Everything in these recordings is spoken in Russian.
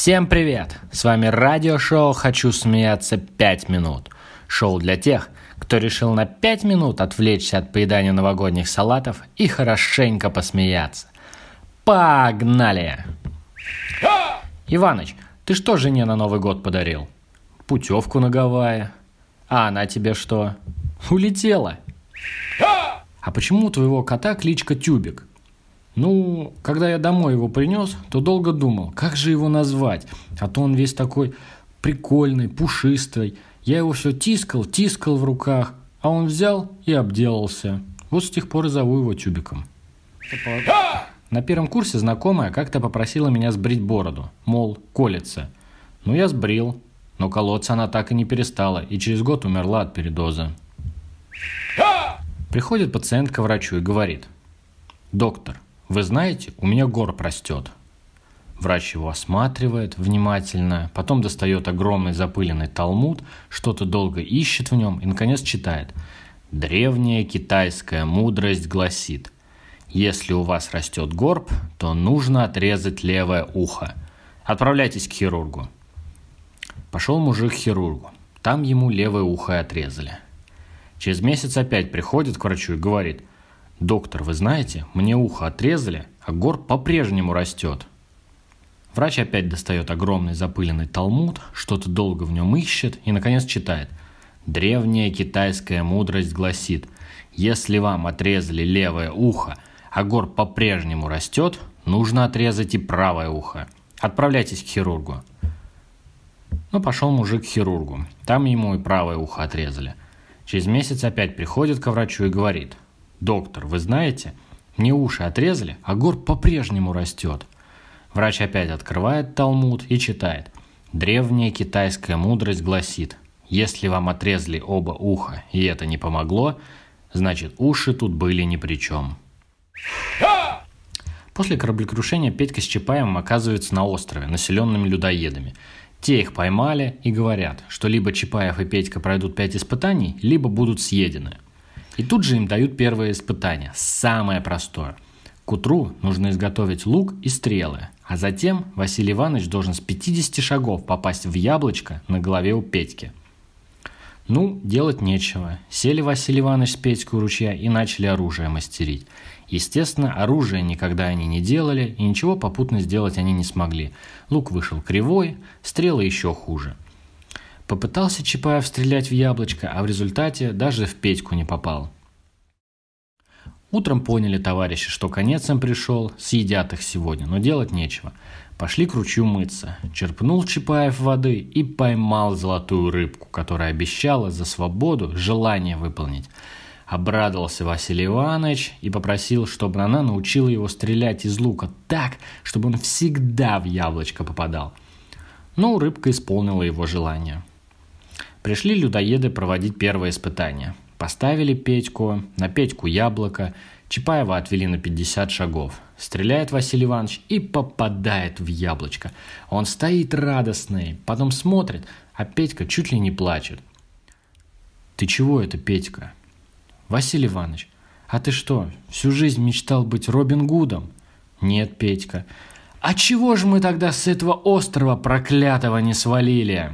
Всем привет! С вами радиошоу «Хочу смеяться 5 минут». Шоу для тех, кто решил на 5 минут отвлечься от поедания новогодних салатов и хорошенько посмеяться. Погнали! Иваныч, ты что жене на Новый год подарил? Путевку на Гавайи. А она тебе что? Улетела. А почему у твоего кота кличка Тюбик? Ну, когда я домой его принес, то долго думал, как же его назвать. А то он весь такой прикольный, пушистый. Я его все тискал в руках, а он взял и обделался. Вот с тех пор и зову его Тюбиком. На первом курсе знакомая как-то попросила меня сбрить бороду, мол, колется. Ну, я сбрил, но колоться она так и не перестала, и через год умерла от передоза. Приходит пациент к врачу и говорит: «Доктор, вы знаете, у меня горб растет». Врач его осматривает внимательно, потом достает огромный запыленный талмуд, что-то долго ищет в нем и, наконец, читает. «Древняя китайская мудрость гласит: если у вас растет горб, то нужно отрезать левое ухо. Отправляйтесь к хирургу». Пошел мужик к хирургу. Там ему левое ухо и отрезали. Через месяц опять приходит к врачу и говорит: «Доктор, вы знаете, мне ухо отрезали, а горб по-прежнему растет». Врач опять достает огромный запыленный талмуд, что-то долго в нем ищет и, наконец, читает. «Древняя китайская мудрость гласит: если вам отрезали левое ухо, а горб по-прежнему растет, нужно отрезать и правое ухо. Отправляйтесь к хирургу». Ну, пошел мужик к хирургу. Там ему и правое ухо отрезали. Через месяц опять приходит к врачу и говорит: «Доктор, вы знаете, мне уши отрезали, а горб по-прежнему растет». Врач опять открывает талмуд и читает. «Древняя китайская мудрость гласит: если вам отрезали оба уха и это не помогло, значит уши тут были ни при чем». После кораблекрушения Петька с Чапаевым оказываются на острове, населенном людоедами. Те их поймали и говорят, что либо Чапаев и Петька пройдут 5 испытаний, либо будут съедены. И тут же им дают первое испытание, самое простое. К утру нужно изготовить лук и стрелы, а затем Василий Иванович должен с 50 шагов попасть в яблочко на голове у Петьки. Ну, делать нечего. Сели Василий Иванович с Петькой у ручья и начали оружие мастерить. Естественно, оружие никогда они не делали, и ничего попутно сделать они не смогли. Лук вышел кривой, стрелы еще хуже. Попытался Чапаев стрелять в яблочко, а в результате даже в Петьку не попал. Утром поняли товарищи, что конец им пришел, съедят их сегодня, но делать нечего. Пошли к ручью мыться. Черпнул Чапаев воды и поймал золотую рыбку, которая обещала за свободу желание выполнить. Обрадовался Василий Иванович и попросил, чтобы она научила его стрелять из лука так, чтобы он всегда в яблочко попадал. Но рыбка исполнила его желание. Пришли людоеды проводить первое испытание. Поставили Петьку, на Петьку яблоко, Чапаева отвели на 50 шагов. Стреляет Василий Иванович и попадает в яблочко. Он стоит радостный, потом смотрит, а Петька чуть ли не плачет. «Ты чего это, Петька?» «Василий Иванович, а ты что, всю жизнь мечтал быть Робин Гудом?» «Нет, Петька». «А чего же мы тогда с этого острова проклятого не свалили?»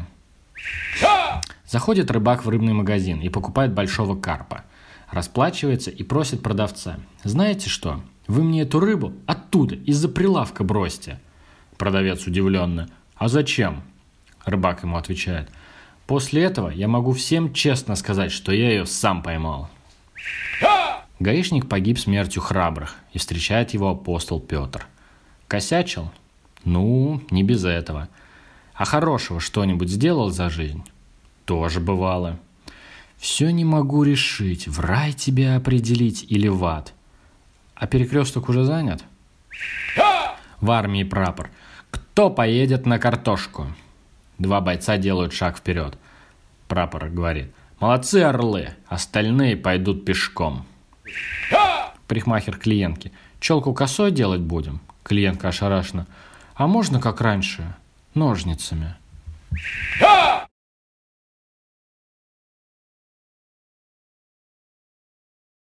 Заходит рыбак в рыбный магазин и покупает большого карпа. Расплачивается и просит продавца: «Знаете что, вы мне эту рыбу оттуда, из-за прилавка бросьте». Продавец удивленно: «А зачем?» Рыбак ему отвечает: «После этого я могу всем честно сказать, что я ее сам поймал». Гаишник погиб смертью храбрых, и встречает его апостол Петр. Косячил? Ну, не без этого. А хорошего что-нибудь сделал за жизнь? Тоже бывало. Все не могу решить, в рай тебя определить или в ад. А перекресток уже занят? В армии прапор. Кто поедет на картошку? 2 бойца делают шаг вперед. Прапор говорит: «Молодцы, орлы, остальные пойдут пешком». Парикмахер клиентке: «Челку косой делать будем?» Клиентка ошарашена: «А можно как раньше, ножницами?»